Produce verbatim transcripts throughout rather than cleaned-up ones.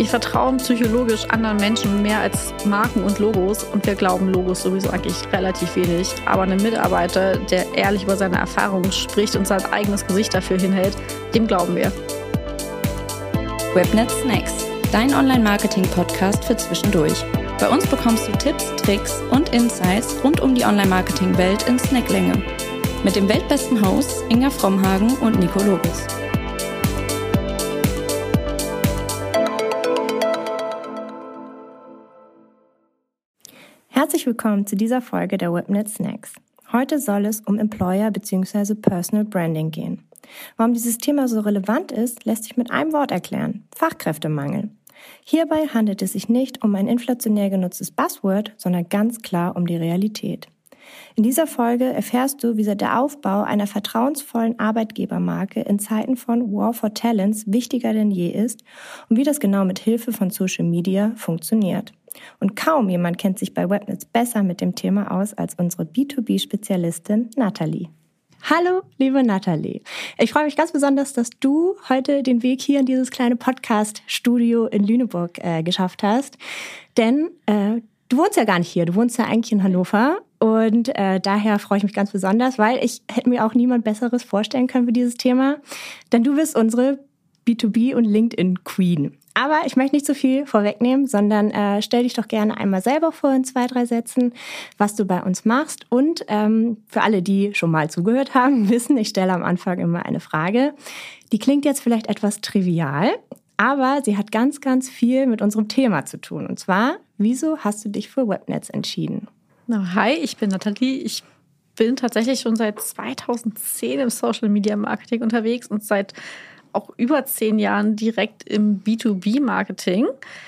Wir vertrauen psychologisch anderen Menschen mehr als Marken und Logos und wir glauben Logos sowieso eigentlich relativ wenig. Aber ein Mitarbeiter, der ehrlich über seine Erfahrungen spricht und sein eigenes Gesicht dafür hinhält, dem glauben wir. Webnet Snacks, dein Online-Marketing-Podcast für zwischendurch. Bei uns bekommst du Tipps, Tricks und Insights rund um die Online-Marketing-Welt in Snacklänge. Mit dem weltbesten Hosts Inga Frommhagen und Nico Lobos. Herzlich willkommen zu dieser Folge der Webnet Snacks. Heute soll es um Employer bzw. Personal Branding gehen. Warum dieses Thema so relevant ist, lässt sich mit einem Wort erklären: Fachkräftemangel. Hierbei handelt es sich nicht um ein inflationär genutztes Buzzword, sondern ganz klar um die Realität. In dieser Folge erfährst du, wie der Aufbau einer vertrauensvollen Arbeitgebermarke in Zeiten von War for Talents wichtiger denn je ist und wie das genau mit Hilfe von Social Media funktioniert. Und kaum jemand kennt sich bei Webnets besser mit dem Thema aus als unsere B zwei B-Spezialistin Nathalie. Hallo, liebe Nathalie. Ich freue mich ganz besonders, dass du heute den Weg hier in dieses kleine Podcast-Studio in Lüneburg äh, geschafft hast. Denn äh, du wohnst ja gar nicht hier, du wohnst ja eigentlich in Hannover. Und äh, daher freue ich mich ganz besonders, weil ich hätte mir auch niemand Besseres vorstellen können für dieses Thema. Denn du bist unsere B zwei B und LinkedIn-Queen. Aber ich möchte nicht so viel vorwegnehmen, sondern äh, stell dich doch gerne einmal selber vor in zwei, drei Sätzen, was du bei uns machst. Und ähm, für alle, die schon mal zugehört haben, wissen, ich stelle am Anfang immer eine Frage. Die klingt jetzt vielleicht etwas trivial, aber sie hat ganz, ganz viel mit unserem Thema zu tun. Und zwar, wieso hast du dich für Webnets entschieden? Na, hi, ich bin Nathalie. Ich bin tatsächlich schon seit zweitausendzehn im Social Media Marketing unterwegs und seit auch über zehn Jahren direkt im B zwei B-Marketing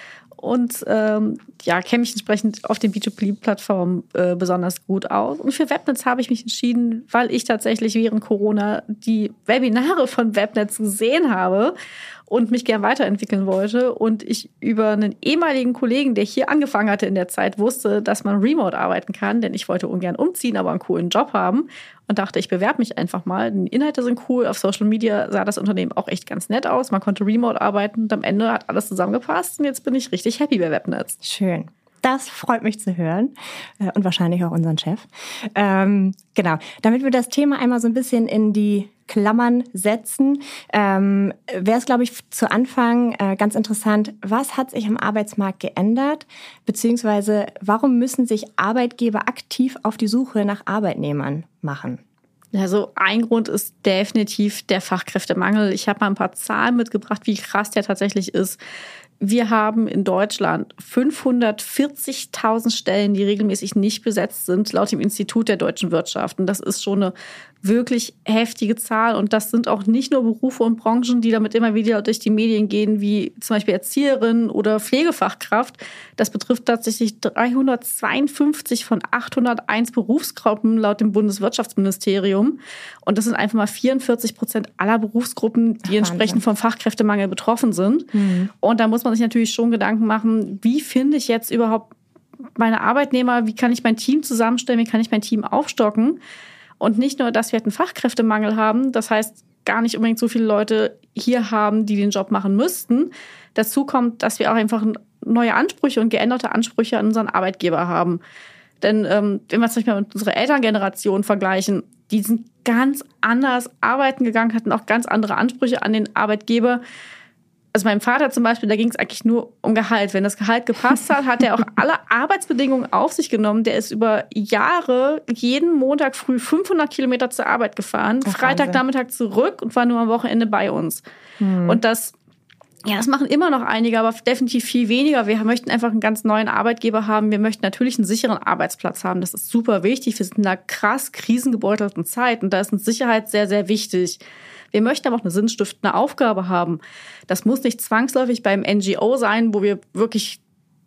und ähm, ja, kenne mich entsprechend auf den B zwei B-Plattformen äh, besonders gut aus. Und für Webnets habe ich mich entschieden, weil ich tatsächlich während Corona die Webinare von Webnets gesehen habe und mich gern weiterentwickeln wollte und ich über einen ehemaligen Kollegen, der hier angefangen hatte in der Zeit, wusste, dass man remote arbeiten kann, denn ich wollte ungern umziehen, aber einen coolen Job haben und dachte, ich bewerbe mich einfach mal. Die Inhalte sind cool, auf Social Media sah das Unternehmen auch echt ganz nett aus, man konnte remote arbeiten und am Ende hat alles zusammengepasst und jetzt bin ich richtig happy bei Webnets. Schön. Das freut mich zu hören und wahrscheinlich auch unseren Chef. Ähm, genau, damit wir das Thema einmal so ein bisschen in die Klammern setzen, ähm, wäre es, glaube ich, zu Anfang äh, ganz interessant, was hat sich am Arbeitsmarkt geändert, beziehungsweise warum müssen sich Arbeitgeber aktiv auf die Suche nach Arbeitnehmern machen? Also ein Grund ist definitiv der Fachkräftemangel. Ich habe mal ein paar Zahlen mitgebracht, wie krass der tatsächlich ist. Wir haben in Deutschland fünfhundertvierzigtausend Stellen, die regelmäßig nicht besetzt sind, laut dem Institut der deutschen Wirtschaft. Und das ist schon eine wirklich heftige Zahl. Und das sind auch nicht nur Berufe und Branchen, die damit immer wieder durch die Medien gehen, wie zum Beispiel Erzieherin oder Pflegefachkraft. Das betrifft tatsächlich dreihundertzweiundfünfzig von achthunderteins Berufsgruppen laut dem Bundeswirtschaftsministerium. Und das sind einfach mal vierundvierzig Prozent aller Berufsgruppen, die Ach, entsprechend vom Fachkräftemangel betroffen sind. Mhm. Und da muss man sich natürlich schon Gedanken machen, wie finde ich jetzt überhaupt meine Arbeitnehmer, wie kann ich mein Team zusammenstellen, wie kann ich mein Team aufstocken? Und nicht nur, dass wir halt einen Fachkräftemangel haben, das heißt gar nicht unbedingt so viele Leute hier haben, die den Job machen müssten. Dazu kommt, dass wir auch einfach neue Ansprüche und geänderte Ansprüche an unseren Arbeitgeber haben. Denn ähm, wenn wir zum Beispiel mit unserer Elterngeneration vergleichen, die sind ganz anders arbeiten gegangen, hatten auch ganz andere Ansprüche an den Arbeitgeber. Also meinem Vater zum Beispiel, da ging es eigentlich nur um Gehalt. Wenn das Gehalt gepasst hat, hat er auch alle Arbeitsbedingungen auf sich genommen. Der ist über Jahre jeden Montag früh fünfhundert Kilometer zur Arbeit gefahren, Ach, Freitagnachmittag zurück und war nur am Wochenende bei uns. Hm. Und das, ja, das machen immer noch einige, aber definitiv viel weniger. Wir möchten einfach einen ganz neuen Arbeitgeber haben. Wir möchten natürlich einen sicheren Arbeitsplatz haben. Das ist super wichtig. Wir sind in einer krass krisengebeutelten Zeit und da ist eine Sicherheit sehr, sehr wichtig. Wir möchten aber auch eine sinnstiftende Aufgabe haben. Das muss nicht zwangsläufig beim N G O sein, wo wir wirklich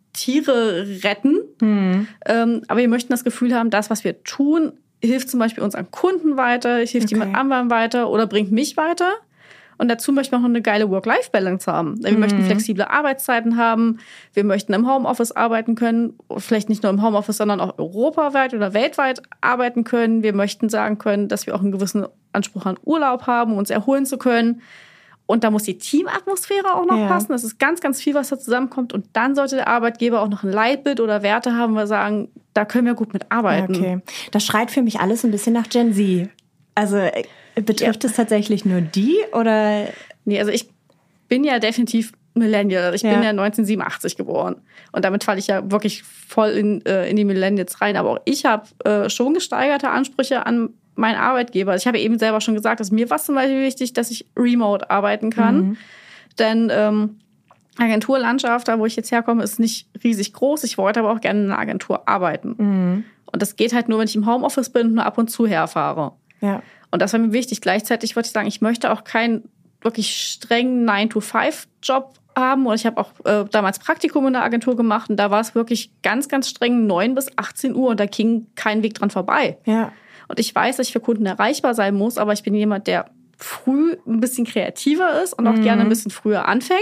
Tiere retten. Hm. Ähm, aber wir möchten das Gefühl haben, das, was wir tun, hilft zum Beispiel unseren Kunden weiter, hilft okay. jemand anderem weiter oder bringt mich weiter. Und dazu möchten wir auch noch eine geile Work-Life-Balance haben. Wir mhm. möchten flexible Arbeitszeiten haben. Wir möchten im Homeoffice arbeiten können. Vielleicht nicht nur im Homeoffice, sondern auch europaweit oder weltweit arbeiten können. Wir möchten sagen können, dass wir auch einen gewissen Anspruch an Urlaub haben, um uns erholen zu können. Und da muss die Teamatmosphäre auch noch ja. passen. Das ist ganz, ganz viel, was da zusammenkommt. Und dann sollte der Arbeitgeber auch noch ein Leitbild oder Werte haben, wo wir sagen, da können wir gut mitarbeiten. Okay. Das schreit für mich alles ein bisschen nach Gen Z. Also betrifft ja. es tatsächlich nur die oder? Nee, also ich bin ja definitiv Millennial. Ich ja. bin ja neunzehnhundertsiebenundachtzig geboren. Und damit falle ich ja wirklich voll in, äh, in die Millennials rein. Aber auch ich habe äh, schon gesteigerte Ansprüche an meinen Arbeitgeber. Ich habe eben selber schon gesagt, dass mir war zum Beispiel wichtig, dass ich remote arbeiten kann. Mhm. Denn ähm, Agenturlandschaft, da wo ich jetzt herkomme, ist nicht riesig groß. Ich wollte aber auch gerne in einer Agentur arbeiten. Mhm. Und das geht halt nur, wenn ich im Homeoffice bin und nur ab und zu herfahre. Ja. Und das war mir wichtig. Gleichzeitig wollte ich sagen, ich möchte auch keinen wirklich strengen nine to five Job haben. Und ich habe auch äh, damals Praktikum in der Agentur gemacht. Und da war es wirklich ganz, ganz streng neun bis achtzehn Uhr. Und da ging kein Weg dran vorbei. Ja. Und ich weiß, dass ich für Kunden erreichbar sein muss, aber ich bin jemand, der früh ein bisschen kreativer ist und auch mhm. gerne ein bisschen früher anfängt.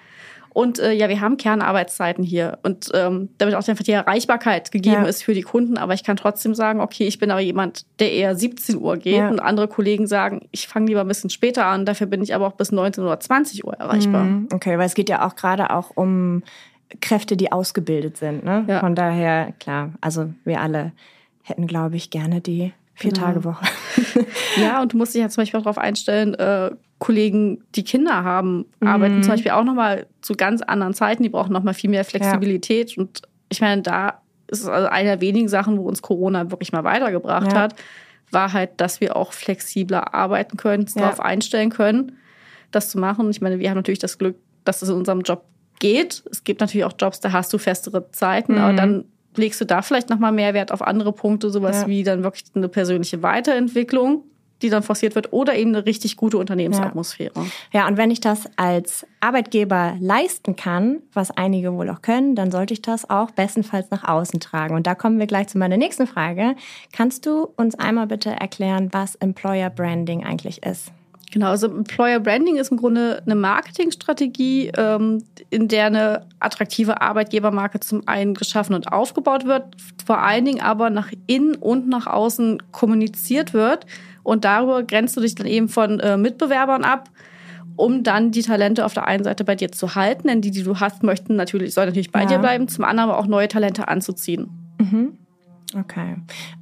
Und äh, ja, wir haben Kernarbeitszeiten hier. Und ähm, damit auch einfach die Erreichbarkeit gegeben ja. ist für die Kunden. Aber ich kann trotzdem sagen, okay, ich bin aber jemand, der eher siebzehn Uhr geht. Ja. Und andere Kollegen sagen, ich fange lieber ein bisschen später an. Dafür bin ich aber auch bis neunzehn oder zwanzig Uhr erreichbar. Mhm. Okay, weil es geht ja auch gerade auch um Kräfte, die ausgebildet sind. Ne? Ja. Von daher, klar, also wir alle hätten, glaube ich, gerne die Vier-Tage-Woche. Ja, und du musst dich ja zum Beispiel auch darauf einstellen, äh, Kollegen, die Kinder haben, mhm. arbeiten zum Beispiel auch nochmal zu ganz anderen Zeiten. Die brauchen nochmal viel mehr Flexibilität. Ja. Und ich meine, da ist es also eine der wenigen Sachen, wo uns Corona wirklich mal weitergebracht ja. hat, war halt, dass wir auch flexibler arbeiten können, uns ja. darauf einstellen können, das zu machen. Ich meine, wir haben natürlich das Glück, dass es in unserem Job geht. Es gibt natürlich auch Jobs, da hast du festere Zeiten, mhm. aber dann legst du da vielleicht nochmal mehr Wert auf andere Punkte, sowas ja. wie dann wirklich eine persönliche Weiterentwicklung, die dann forciert wird, oder eben eine richtig gute Unternehmensatmosphäre. Ja. ja, und wenn ich das als Arbeitgeber leisten kann, was einige wohl auch können, dann sollte ich das auch bestenfalls nach außen tragen. Und da kommen wir gleich zu meiner nächsten Frage. Kannst du uns einmal bitte erklären, was Employer Branding eigentlich ist? Genau, also Employer Branding ist im Grunde eine Marketingstrategie, ähm, in der eine attraktive Arbeitgebermarke zum einen geschaffen und aufgebaut wird, vor allen Dingen aber nach innen und nach außen kommuniziert wird. Und darüber grenzt du dich dann eben von äh, Mitbewerbern ab, um dann die Talente auf der einen Seite bei dir zu halten, denn die, die du hast, möchten natürlich, sollen natürlich bei ja. dir bleiben, zum anderen aber auch neue Talente anzuziehen. Mhm. Okay.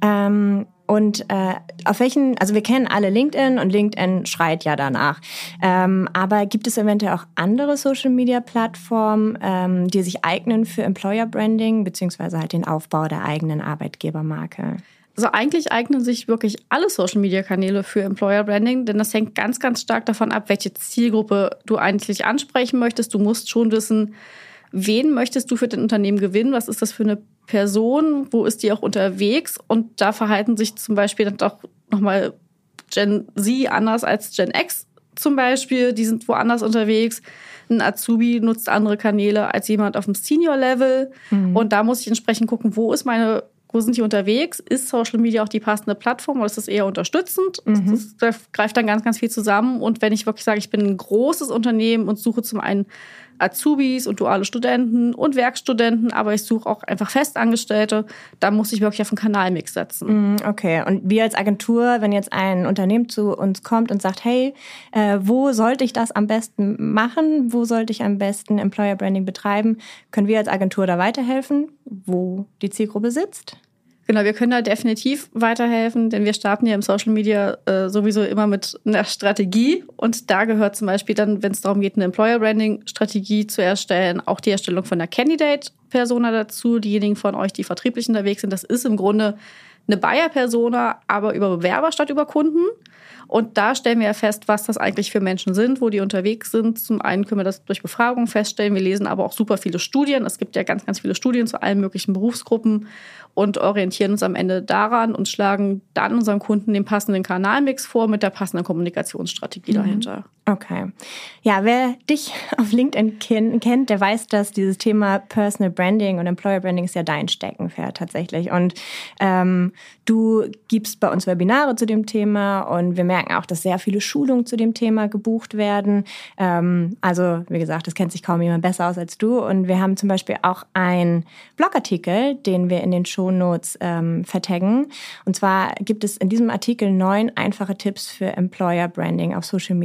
Ähm Und äh, auf welchen, also wir kennen alle LinkedIn und LinkedIn schreit ja danach. Ähm, aber gibt es eventuell auch andere Social-Media-Plattformen, ähm, die sich eignen für Employer-Branding beziehungsweise halt den Aufbau der eigenen Arbeitgebermarke? Also eigentlich eignen sich wirklich alle Social-Media-Kanäle für Employer-Branding, denn das hängt ganz, ganz stark davon ab, welche Zielgruppe du eigentlich ansprechen möchtest. Du musst schon wissen, wen möchtest du für dein Unternehmen gewinnen? Was ist das für eine Person? Wo ist die auch unterwegs? Und da verhalten sich zum Beispiel dann doch nochmal Gen Z anders als Gen X zum Beispiel. Die sind woanders unterwegs. Ein Azubi nutzt andere Kanäle als jemand auf dem Senior-Level. Mhm. Und da muss ich entsprechend gucken, wo ist meine, wo sind die unterwegs? Ist Social Media auch die passende Plattform oder ist das eher unterstützend? Mhm. Das, das greift dann ganz, ganz viel zusammen. Und wenn ich wirklich sage, ich bin ein großes Unternehmen und suche zum einen Azubis und duale Studenten und Werkstudenten, aber ich suche auch einfach Festangestellte. Da muss ich wirklich auf einen Kanalmix setzen. Okay, und wir als Agentur, wenn jetzt ein Unternehmen zu uns kommt und sagt, hey, äh, wo sollte ich das am besten machen? Wo sollte ich am besten Employer Branding betreiben? Können wir als Agentur da weiterhelfen, wo die Zielgruppe sitzt? Genau, wir können da definitiv weiterhelfen, denn wir starten ja im Social Media äh, sowieso immer mit einer Strategie. Und da gehört zum Beispiel dann, wenn es darum geht, eine Employer-Branding-Strategie zu erstellen, auch die Erstellung von einer Candidate-Persona dazu. Diejenigen von euch, die vertrieblich unterwegs sind, das ist im Grunde eine Buyer-Persona, aber über Bewerber statt über Kunden. Und da stellen wir ja fest, was das eigentlich für Menschen sind, wo die unterwegs sind. Zum einen können wir das durch Befragungen feststellen. Wir lesen aber auch super viele Studien. Es gibt ja ganz, ganz viele Studien zu allen möglichen Berufsgruppen und orientieren uns am Ende daran und schlagen dann unserem Kunden den passenden Kanalmix vor mit der passenden Kommunikationsstrategie mhm. dahinter. Okay. Ja, wer dich auf LinkedIn kennt, der weiß, dass dieses Thema Personal Branding und Employer Branding ist ja dein Steckenpferd tatsächlich. Und ähm, du gibst bei uns Webinare zu dem Thema und wir merken auch, dass sehr viele Schulungen zu dem Thema gebucht werden. Ähm, also wie gesagt, das kennt sich kaum jemand besser aus als du. Und wir haben zum Beispiel auch einen Blogartikel, den wir in den Shownotes ähm, vertaggen. Und zwar gibt es in diesem Artikel neun einfache Tipps für Employer Branding auf Social Media.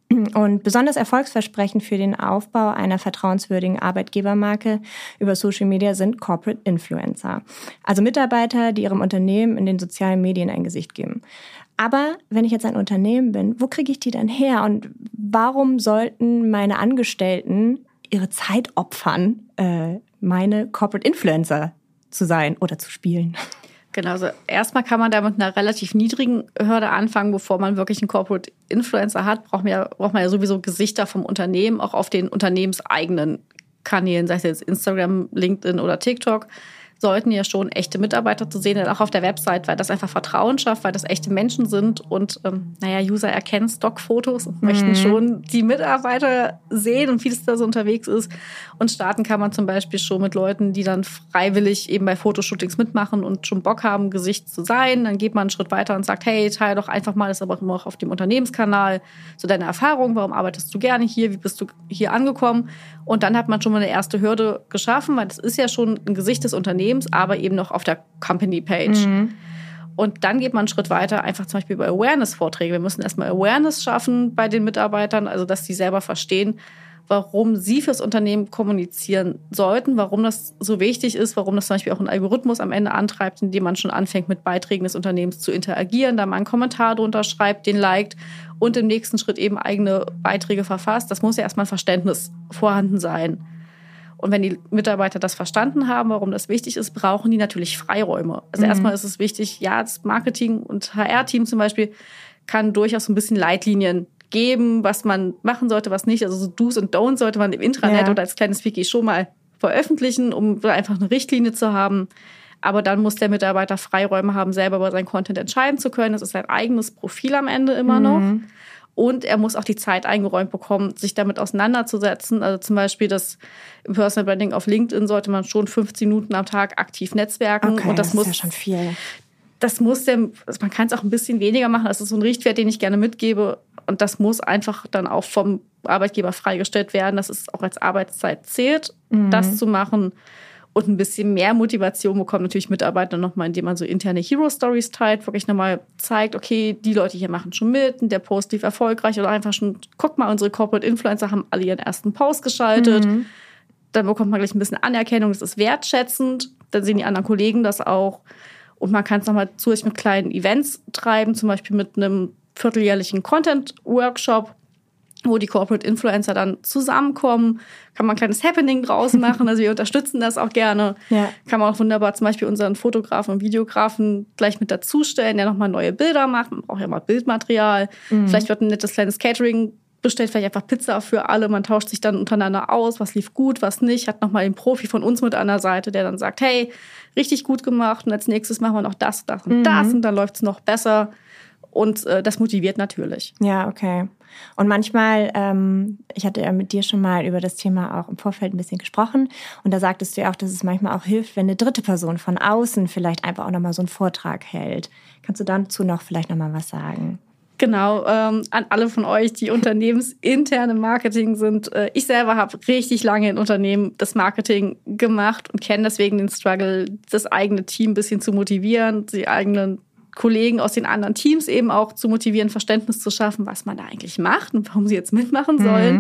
Und besonders erfolgsversprechend für den Aufbau einer vertrauenswürdigen Arbeitgebermarke über Social Media sind Corporate Influencer. Also Mitarbeiter, die ihrem Unternehmen in den sozialen Medien ein Gesicht geben. Aber wenn ich jetzt ein Unternehmen bin, wo kriege ich die denn her? Und warum sollten meine Angestellten ihre Zeit opfern, äh, meine Corporate Influencer zu sein oder zu spielen? Genau, also erstmal kann man da mit einer relativ niedrigen Hürde anfangen, bevor man wirklich einen Corporate Influencer hat, braucht man ja, braucht man ja sowieso Gesichter vom Unternehmen, auch auf den unternehmenseigenen Kanälen, sei es jetzt Instagram, LinkedIn oder TikTok, sollten ja schon echte Mitarbeiter zu sehen, auch auf der Website, weil das einfach Vertrauen schafft, weil das echte Menschen sind und ähm, naja, User erkennen Stockfotos und mhm. möchten schon die Mitarbeiter sehen und vieles da so unterwegs ist. Und starten kann man zum Beispiel schon mit Leuten, die dann freiwillig eben bei Fotoshootings mitmachen und schon Bock haben, Gesicht zu sein. Dann geht man einen Schritt weiter und sagt, hey, teile doch einfach mal, das ist aber auch immer auch auf dem Unternehmenskanal, so deine Erfahrung, warum arbeitest du gerne hier, wie bist du hier angekommen? Und dann hat man schon mal eine erste Hürde geschaffen, weil das ist ja schon ein Gesicht des Unternehmens, aber eben noch auf der Company-Page. Mhm. Und dann geht man einen Schritt weiter, einfach zum Beispiel bei Awareness-Vorträgen. Wir müssen erstmal Awareness schaffen bei den Mitarbeitern, also dass sie selber verstehen, warum sie fürs Unternehmen kommunizieren sollten, warum das so wichtig ist, warum das zum Beispiel auch einen Algorithmus am Ende antreibt, indem man schon anfängt, mit Beiträgen des Unternehmens zu interagieren, da man einen Kommentar drunter schreibt, den liked und im nächsten Schritt eben eigene Beiträge verfasst. Das muss ja erstmal ein Verständnis vorhanden sein. Und wenn die Mitarbeiter das verstanden haben, warum das wichtig ist, brauchen die natürlich Freiräume. Also mhm. erstmal ist es wichtig, ja, das Marketing- und H R-Team zum Beispiel kann durchaus ein bisschen Leitlinien geben, was man machen sollte, was nicht. Also so Do's und Don'ts sollte man im Intranet ja. oder als kleines Wiki schon mal veröffentlichen, um einfach eine Richtlinie zu haben. Aber dann muss der Mitarbeiter Freiräume haben, selber über seinen Content entscheiden zu können. Das ist sein eigenes Profil am Ende immer mhm. noch. Und er muss auch die Zeit eingeräumt bekommen, sich damit auseinanderzusetzen. Also zum Beispiel das im Personal Branding auf LinkedIn sollte man schon fünfzehn Minuten am Tag aktiv netzwerken. Okay, und das, das muss, ist ja schon viel. Das muss der, also man kann es auch ein bisschen weniger machen. Das ist so ein Richtwert, den ich gerne mitgebe. Und das muss einfach dann auch vom Arbeitgeber freigestellt werden, dass es auch als Arbeitszeit zählt, mhm. das zu machen. Und ein bisschen mehr Motivation bekommen natürlich Mitarbeiter nochmal, indem man so interne Hero-Stories teilt, wirklich nochmal zeigt, okay, die Leute hier machen schon mit, und der Post lief erfolgreich oder einfach schon, guck mal, unsere Corporate Influencer haben alle ihren ersten Post geschaltet. Mhm. Dann bekommt man gleich ein bisschen Anerkennung, das ist wertschätzend. Dann sehen die anderen Kollegen das auch. Und man kann es nochmal zusätzlich mit kleinen Events treiben, zum Beispiel mit einem vierteljährlichen Content-Workshop, wo die Corporate Influencer dann zusammenkommen. Kann man ein kleines Happening draus machen. Also wir unterstützen das auch gerne. Ja. Kann man auch wunderbar zum Beispiel unseren Fotografen und Videografen gleich mit dazustellen, der nochmal neue Bilder macht. Man braucht ja mal Bildmaterial. Mhm. Vielleicht wird ein nettes kleines Catering bestellt, vielleicht einfach Pizza für alle. Man tauscht sich dann untereinander aus, was lief gut, was nicht. Hat nochmal den Profi von uns mit an der Seite, der dann sagt, hey, richtig gut gemacht. Und als nächstes machen wir noch das, das und mhm. das. Und dann läuft es noch besser. Und äh, das motiviert natürlich. Ja, okay. Und manchmal, ähm, ich hatte ja mit dir schon mal über das Thema auch im Vorfeld ein bisschen gesprochen. Und da sagtest du ja auch, dass es manchmal auch hilft, wenn eine dritte Person von außen vielleicht einfach auch nochmal so einen Vortrag hält. Kannst du dazu noch vielleicht nochmal was sagen? Genau, ähm, an alle von euch, die unternehmensinterne Marketing sind. Äh, ich selber habe richtig lange in Unternehmen das Marketing gemacht und kenne deswegen den Struggle, das eigene Team ein bisschen zu motivieren, die eigenen Kollegen aus den anderen Teams eben auch zu motivieren, Verständnis zu schaffen, was man da eigentlich macht und warum sie jetzt mitmachen sollen. Mhm.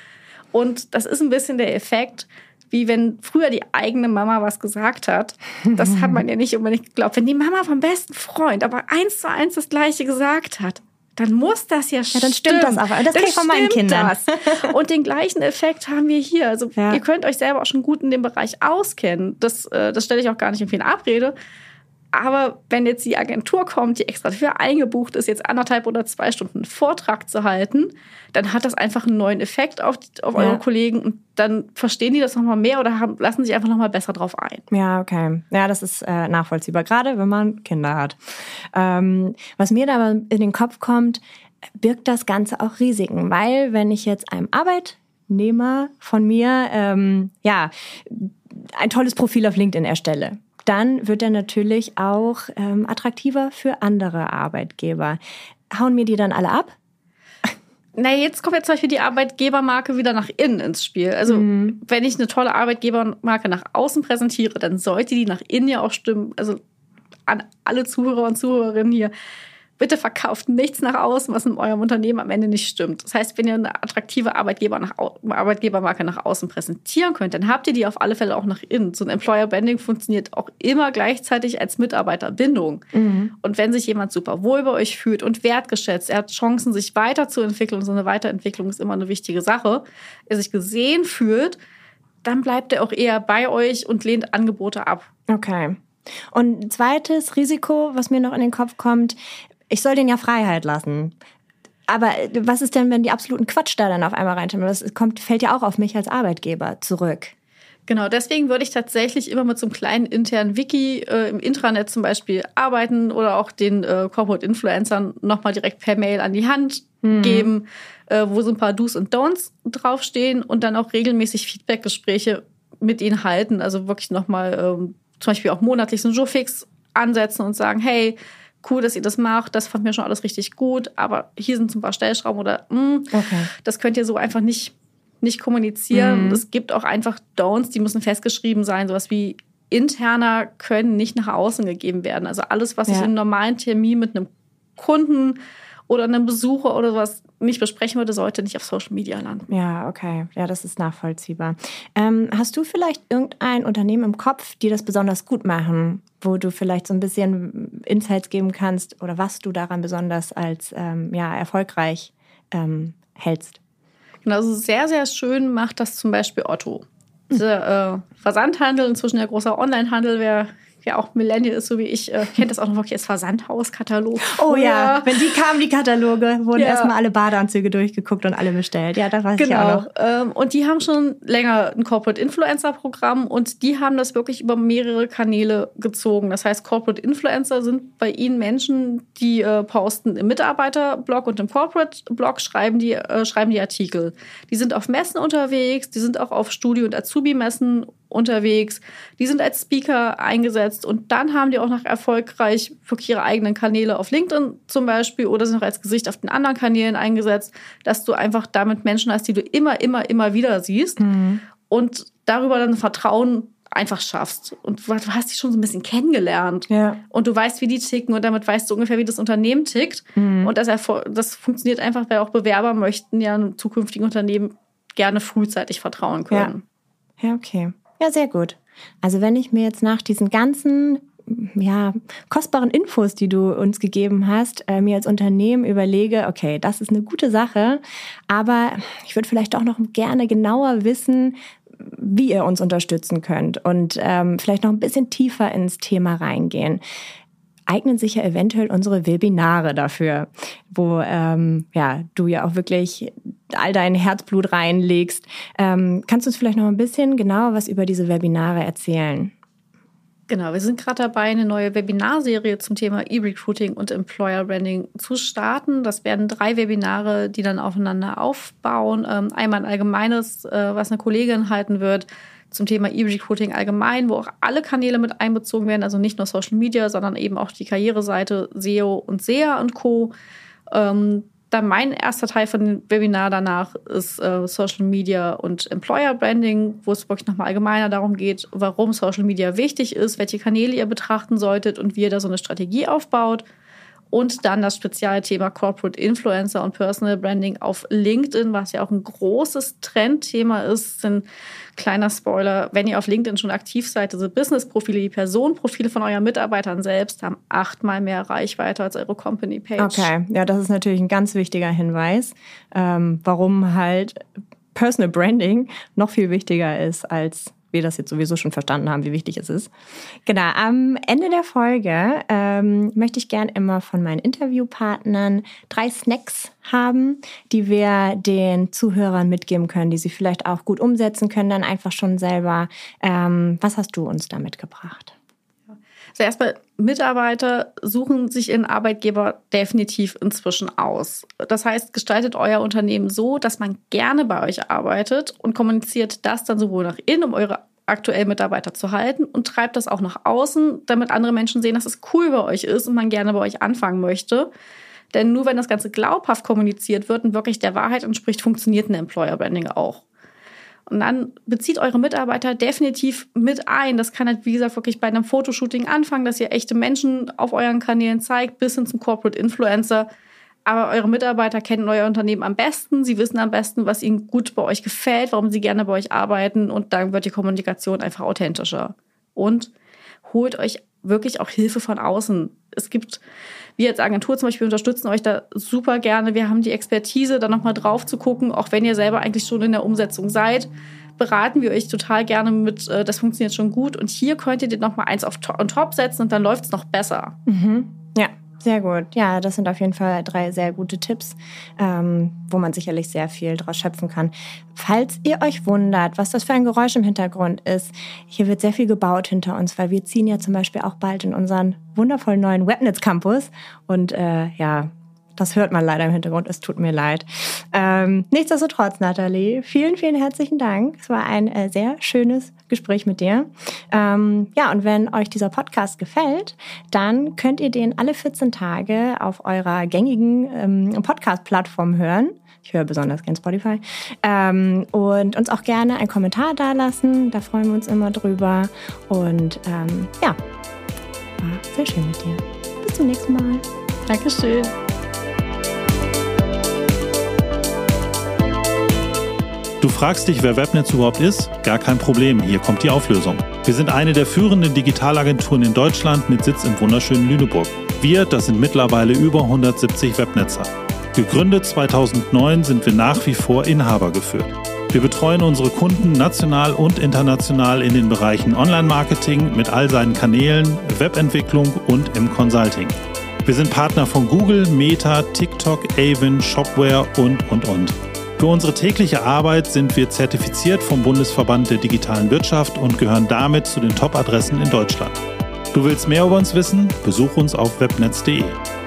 Und das ist ein bisschen der Effekt, wie wenn früher die eigene Mama was gesagt hat. Das hat man ja nicht unbedingt geglaubt. Wenn die Mama vom besten Freund aber eins zu eins das Gleiche gesagt hat, dann muss das ja stimmen. Ja, dann stimmt das aber. Das kenne ich von meinen Kindern. Das. Und den gleichen Effekt haben wir hier. Also ja. Ihr könnt euch selber auch schon gut in dem Bereich auskennen. Das, das stelle ich auch gar nicht irgendwie in Abrede. Aber wenn jetzt die Agentur kommt, die extra dafür eingebucht ist, jetzt anderthalb oder zwei Stunden einen Vortrag zu halten, dann hat das einfach einen neuen Effekt auf, die, auf ja. eure Kollegen. Und dann verstehen die das nochmal mehr oder haben, lassen sich einfach nochmal besser drauf ein. Ja, okay. Ja, das ist äh, nachvollziehbar, gerade wenn man Kinder hat. Ähm, was mir da aber in den Kopf kommt, birgt das Ganze auch Risiken. Weil wenn ich jetzt einem Arbeitnehmer von mir ähm, ja, ein tolles Profil auf LinkedIn erstelle, dann wird er natürlich auch ähm, attraktiver für andere Arbeitgeber. Hauen mir die dann alle ab? Na, jetzt kommt jetzt zum Beispiel die Arbeitgebermarke wieder nach innen ins Spiel. Also mhm. wenn ich eine tolle Arbeitgebermarke nach außen präsentiere, dann sollte die nach innen ja auch stimmen. Also an alle Zuhörer und Zuhörerinnen hier. bitte verkauft nichts nach außen, was in eurem Unternehmen am Ende nicht stimmt. Das heißt, wenn ihr eine attraktive Arbeitgeber nach, Arbeitgebermarke nach außen präsentieren könnt, dann habt ihr die auf alle Fälle auch nach innen. So ein Employer Branding funktioniert auch immer gleichzeitig als Mitarbeiterbindung. Mhm. Und wenn sich jemand super wohl bei euch fühlt und wertgeschätzt, er hat Chancen, sich weiterzuentwickeln, und so eine Weiterentwicklung ist immer eine wichtige Sache, er sich gesehen fühlt, dann bleibt er auch eher bei euch und lehnt Angebote ab. Okay. Und zweites Risiko, was mir noch in den Kopf kommt, ich soll denen ja Freiheit lassen. Aber was ist denn, wenn die absoluten Quatsch da dann auf einmal reinschauen? Das kommt, fällt ja auch auf mich als Arbeitgeber zurück. Genau, deswegen würde ich tatsächlich immer mit so einem kleinen internen Wiki äh, im Intranet zum Beispiel arbeiten oder auch den äh, Corporate Influencern nochmal direkt per Mail an die Hand mhm. geben, äh, wo so ein paar Do's und Don'ts draufstehen und dann auch regelmäßig Feedbackgespräche mit ihnen halten. Also wirklich nochmal ähm, zum Beispiel auch monatlich so einen Jour-Fix ansetzen und sagen, hey, cool, dass ihr das macht, das fand mir schon alles richtig gut, aber hier sind so ein paar Stellschrauben oder mh, okay. das könnt ihr so einfach nicht, nicht kommunizieren. Mhm. Es gibt auch einfach Don'ts, die müssen festgeschrieben sein, sowas wie interner können nicht nach außen gegeben werden. Also alles, was ja. ich im normalen Termin mit einem Kunden oder einem Besucher oder sowas nicht besprechen würde, sollte nicht auf Social Media landen. Ja, okay. Ja, das ist nachvollziehbar. Ähm, hast du vielleicht irgendein Unternehmen im Kopf, die das besonders gut machen, wo du vielleicht so ein bisschen Insights geben kannst oder was du daran besonders als ähm, ja, erfolgreich ähm, hältst? Genau, also sehr, sehr schön macht das zum Beispiel Otto. Dieser äh, Versandhandel, inzwischen der große Onlinehandel, wer ja auch Millennial ist, so wie ich, äh, kennt das auch noch wirklich als Versandhauskatalog. Oh ja, wenn die kamen, die Kataloge, wurden ja. erstmal alle Badeanzüge durchgeguckt und alle bestellt. Ja, das weiß genau. ich auch noch. Ähm, und die haben schon länger ein Corporate Influencer Programm und die haben das wirklich über mehrere Kanäle gezogen. Das heißt, Corporate Influencer sind bei ihnen Menschen, die äh, posten im Mitarbeiterblog und im Corporate-Blog, schreiben die, äh, schreiben die Artikel. Die sind auf Messen unterwegs, die sind auch auf Studi- und Azubi-Messen unterwegs. Die sind als Speaker eingesetzt und dann haben die auch noch erfolgreich wirklich ihre eigenen Kanäle auf LinkedIn zum Beispiel oder sind noch als Gesicht auf den anderen Kanälen eingesetzt, dass du einfach damit Menschen hast, die du immer, immer, immer wieder siehst mhm. und darüber dann Vertrauen einfach schaffst. Und du hast die schon so ein bisschen kennengelernt. Ja. Und du weißt, wie die ticken und damit weißt du ungefähr, wie das Unternehmen tickt. Mhm. Und das, das funktioniert einfach, weil auch Bewerber möchten ja einem zukünftigen Unternehmen gerne frühzeitig vertrauen können. Ja, ja okay. Ja, sehr gut. Also wenn ich mir jetzt nach diesen ganzen ja, kostbaren Infos, die du uns gegeben hast, äh, mir als Unternehmen überlege, okay, das ist eine gute Sache, aber ich würde vielleicht auch noch gerne genauer wissen, wie ihr uns unterstützen könnt und ähm, vielleicht noch ein bisschen tiefer ins Thema reingehen. Eignen sich ja eventuell unsere Webinare dafür, wo ähm, ja, du ja auch wirklich all dein Herzblut reinlegst. Ähm, kannst du uns vielleicht noch ein bisschen genauer was über diese Webinare erzählen? Genau, wir sind gerade dabei, eine neue Webinarserie zum Thema E-Recruiting und Employer Branding zu starten. Das werden drei Webinare, die dann aufeinander aufbauen. Ähm, einmal ein allgemeines, äh, was eine Kollegin halten wird, zum Thema E-Recruiting allgemein, wo auch alle Kanäle mit einbezogen werden, also nicht nur Social Media, sondern eben auch die Karriereseite, S E O und S E A und Co. Ähm, dann mein erster Teil von dem Webinar danach ist äh, Social Media und Employer Branding, wo es wirklich nochmal allgemeiner darum geht, warum Social Media wichtig ist, welche Kanäle ihr betrachten solltet und wie ihr da so eine Strategie aufbaut. Und dann das Spezialthema Corporate Influencer und Personal Branding auf LinkedIn, was ja auch ein großes Trendthema ist. Ein kleiner Spoiler, wenn ihr auf LinkedIn schon aktiv seid, diese Business-Profile, die Personenprofile von euren Mitarbeitern selbst haben achtmal mehr Reichweite als eure Company-Page. Okay, ja, das ist natürlich ein ganz wichtiger Hinweis, ähm, warum halt Personal Branding noch viel wichtiger ist als wir das jetzt sowieso schon verstanden haben, wie wichtig es ist. Genau, am Ende der Folge ähm, möchte ich gern immer von meinen Interviewpartnern drei Snacks haben, die wir den Zuhörern mitgeben können, die sie vielleicht auch gut umsetzen können, dann einfach schon selber. Ähm, was hast du uns da mitgebracht? Also erstmal, Mitarbeiter suchen sich ihren Arbeitgeber definitiv inzwischen aus. Das heißt, gestaltet euer Unternehmen so, dass man gerne bei euch arbeitet und kommuniziert das dann sowohl nach innen, um eure aktuellen Mitarbeiter zu halten und treibt das auch nach außen, damit andere Menschen sehen, dass es cool bei euch ist und man gerne bei euch anfangen möchte. Denn nur wenn das Ganze glaubhaft kommuniziert wird und wirklich der Wahrheit entspricht, funktioniert ein Employer Branding auch. Und dann bezieht eure Mitarbeiter definitiv mit ein. Das kann halt, wie gesagt, wirklich bei einem Fotoshooting anfangen, dass ihr echte Menschen auf euren Kanälen zeigt, bis hin zum Corporate Influencer. Aber eure Mitarbeiter kennen euer Unternehmen am besten. Sie wissen am besten, was ihnen gut bei euch gefällt, warum sie gerne bei euch arbeiten. Und dann wird die Kommunikation einfach authentischer. Und holt euch wirklich auch Hilfe von außen. Es gibt, wir als Agentur zum Beispiel unterstützen euch da super gerne. Wir haben die Expertise, da nochmal drauf zu gucken, auch wenn ihr selber eigentlich schon in der Umsetzung seid, beraten wir euch total gerne mit, äh, das funktioniert schon gut. Und hier könnt ihr nochmal eins auf to- on top setzen und dann läuft es noch besser. Mhm. Ja. Sehr gut. Ja, das sind auf jeden Fall drei sehr gute Tipps, ähm, wo man sicherlich sehr viel draus schöpfen kann. Falls ihr euch wundert, was das für ein Geräusch im Hintergrund ist, hier wird sehr viel gebaut hinter uns, weil wir ziehen ja zum Beispiel auch bald in unseren wundervollen neuen Webnetz Campus. Und äh, ja, das hört man leider im Hintergrund. Es tut mir leid. Ähm, nichtsdestotrotz, Nathalie, vielen, vielen herzlichen Dank. Es war ein äh, sehr schönes Gespräch mit dir. Ähm, ja, und wenn euch dieser Podcast gefällt, dann könnt ihr den alle vierzehn Tage auf eurer gängigen ähm, Podcast-Plattform hören. Ich höre besonders gerne Spotify. Ähm, und uns auch gerne einen Kommentar dalassen. Da freuen wir uns immer drüber. Und ähm, ja, war sehr schön mit dir. Bis zum nächsten Mal. Dankeschön. Du fragst dich, wer Webnetz überhaupt ist? Gar kein Problem, hier kommt die Auflösung. Wir sind eine der führenden Digitalagenturen in Deutschland mit Sitz im wunderschönen Lüneburg. Wir, das sind mittlerweile über hundertsiebzig Webnetzer. Gegründet zweitausendneun sind wir nach wie vor Inhaber geführt. Wir betreuen unsere Kunden national und international in den Bereichen Online-Marketing mit all seinen Kanälen, Webentwicklung und im Consulting. Wir sind Partner von Google, Meta, TikTok, Avon, Shopware und, und, und. Für unsere tägliche Arbeit sind wir zertifiziert vom Bundesverband der digitalen Wirtschaft und gehören damit zu den Top-Adressen in Deutschland. Du willst mehr über uns wissen? Besuch uns auf webnetz punkt de.